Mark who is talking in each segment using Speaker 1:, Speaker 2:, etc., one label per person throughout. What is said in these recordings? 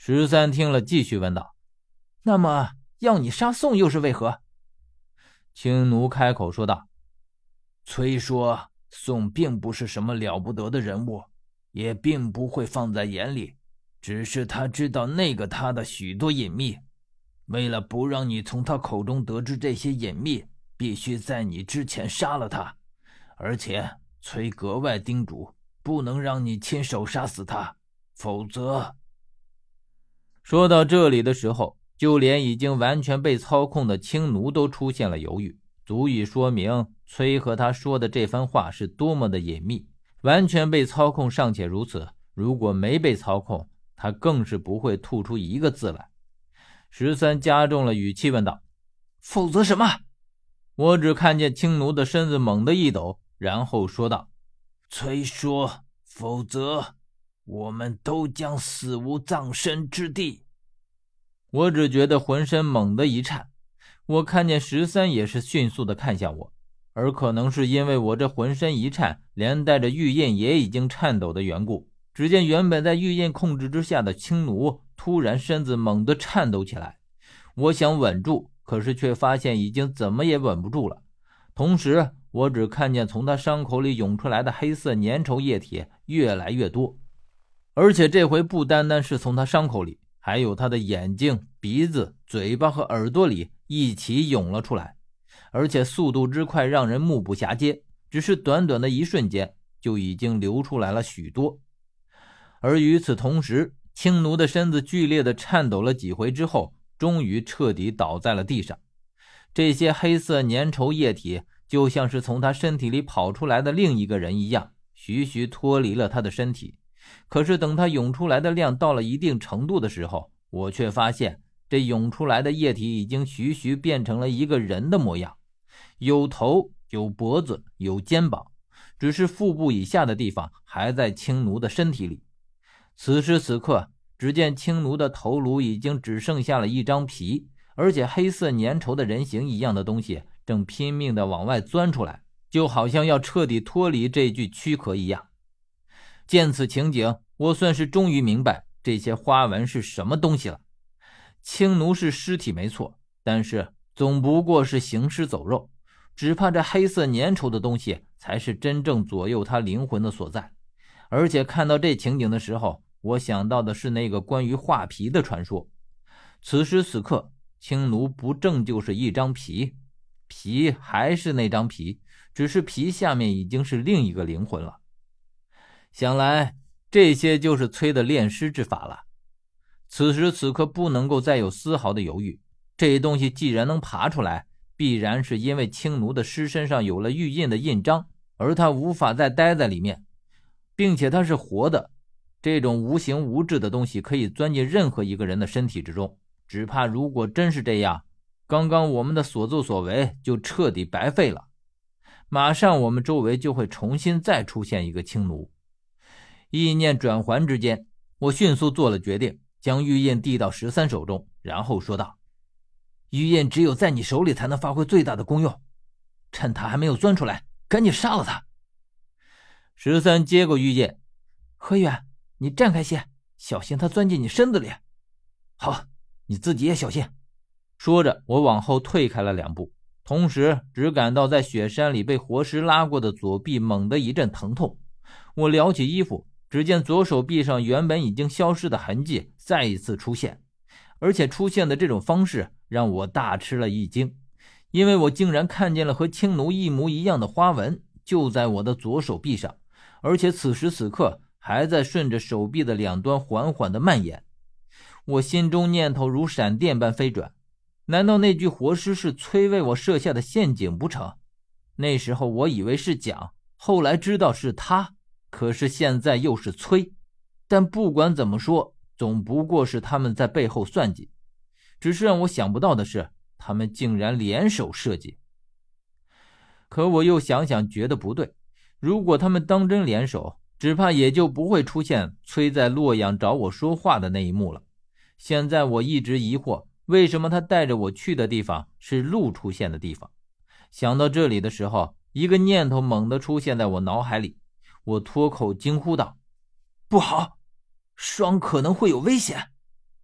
Speaker 1: 13听了继续问道：
Speaker 2: 那么要你杀宋又是为何？
Speaker 1: 青奴开口说道：
Speaker 3: 崔说宋并不是什么了不得的人物，也并不会放在眼里，只是他知道那个他的许多隐秘，为了不让你从他口中得知这些隐秘，必须在你之前杀了他，而且崔格外叮嘱不能让你亲手杀死他，否则……
Speaker 1: 说到这里的时候，就连已经完全被操控的青奴都出现了犹豫，足以说明崔和他说的这番话是多么的隐秘。完全被操控尚且如此，如果没被操控，他更是不会吐出一个字来。13加重了语气问道：
Speaker 2: 否则什么？
Speaker 1: 我只看见青奴的身子猛地一抖，然后说道：
Speaker 3: 崔说否则我们都将死无葬身之地。
Speaker 1: 我只觉得浑身猛地一颤，我看见13也是迅速地看向我，而可能是因为我这浑身一颤，连带着玉印也已经颤抖的缘故，只见原本在玉印控制之下的青奴突然身子猛地颤抖起来。我想稳住，可是却发现已经怎么也稳不住了。同时我只看见从他伤口里涌出来的黑色粘稠液体越来越多，而且这回不单单是从他伤口里，还有他的眼睛、鼻子、嘴巴和耳朵里一起涌了出来，而且速度之快让人目不暇接，只是短短的一瞬间就已经流出来了许多。而与此同时，青奴的身子剧烈的颤抖了几回之后，终于彻底倒在了地上。这些黑色粘稠液体就像是从他身体里跑出来的另一个人一样，徐徐脱离了他的身体。可是等他涌出来的量到了一定程度的时候，我却发现这涌出来的液体已经徐徐变成了一个人的模样，有头有脖子有肩膀，只是腹部以下的地方还在青奴的身体里。此时此刻，只见青奴的头颅已经只剩下了一张皮，而且黑色粘稠的人形一样的东西正拼命地往外钻出来，就好像要彻底脱离这具躯壳一样。见此情景，我算是终于明白这些花纹是什么东西了。青奴是尸体没错，但是总不过是行尸走肉，只怕这黑色粘稠的东西才是真正左右他灵魂的所在。而且看到这情景的时候，我想到的是那个关于画皮的传说。此时此刻，青奴不正就是一张皮，皮还是那张皮，只是皮下面已经是另一个灵魂了。想来这些就是崔的炼尸之法了。此时此刻不能够再有丝毫的犹豫，这东西既然能爬出来，必然是因为青奴的尸身上有了玉印的印章，而他无法再待在里面，并且他是活的。这种无形无质的东西可以钻进任何一个人的身体之中，只怕如果真是这样，刚刚我们的所作所为就彻底白费了。马上我们周围就会重新再出现一个青奴。意念转环之间，我迅速做了决定，将玉印递到13手中，然后说道：玉印只有在你手里才能发挥最大的功用，趁他还没有钻出来，赶紧杀了他。13接过玉印：何远，你站开些，小心他钻进你身子里。好，你自己也小心。说着，我往后退开了2步，同时只感到在雪山里被活尸拉过的左臂猛地一阵疼痛。我撩起衣服，只见左手臂上原本已经消失的痕迹再一次出现，而且出现的这种方式让我大吃了一惊，因为我竟然看见了和青奴一模一样的花纹就在我的左手臂上，而且此时此刻还在顺着手臂的两端缓缓地蔓延。我心中念头如闪电般飞转，难道那具活尸是崔为我设下的陷阱不成？那时候我以为是蒋，后来知道是他，可是现在又是崔。但不管怎么说，总不过是他们在背后算计，只是让我想不到的是，他们竟然联手设计。可我又想想觉得不对，如果他们当真联手，只怕也就不会出现崔在洛阳找我说话的那一幕了。现在我一直疑惑，为什么他带着我去的地方是鹿出现的地方。想到这里的时候，一个念头猛地出现在我脑海里，我脱口惊呼道：不好，霜可能会有危险。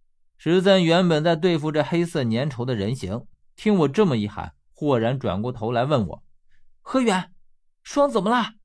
Speaker 1: 13原本在对付这黑色粘稠的人形，听我这么一喊，豁然转过头来问我：
Speaker 2: 何远，霜怎么了？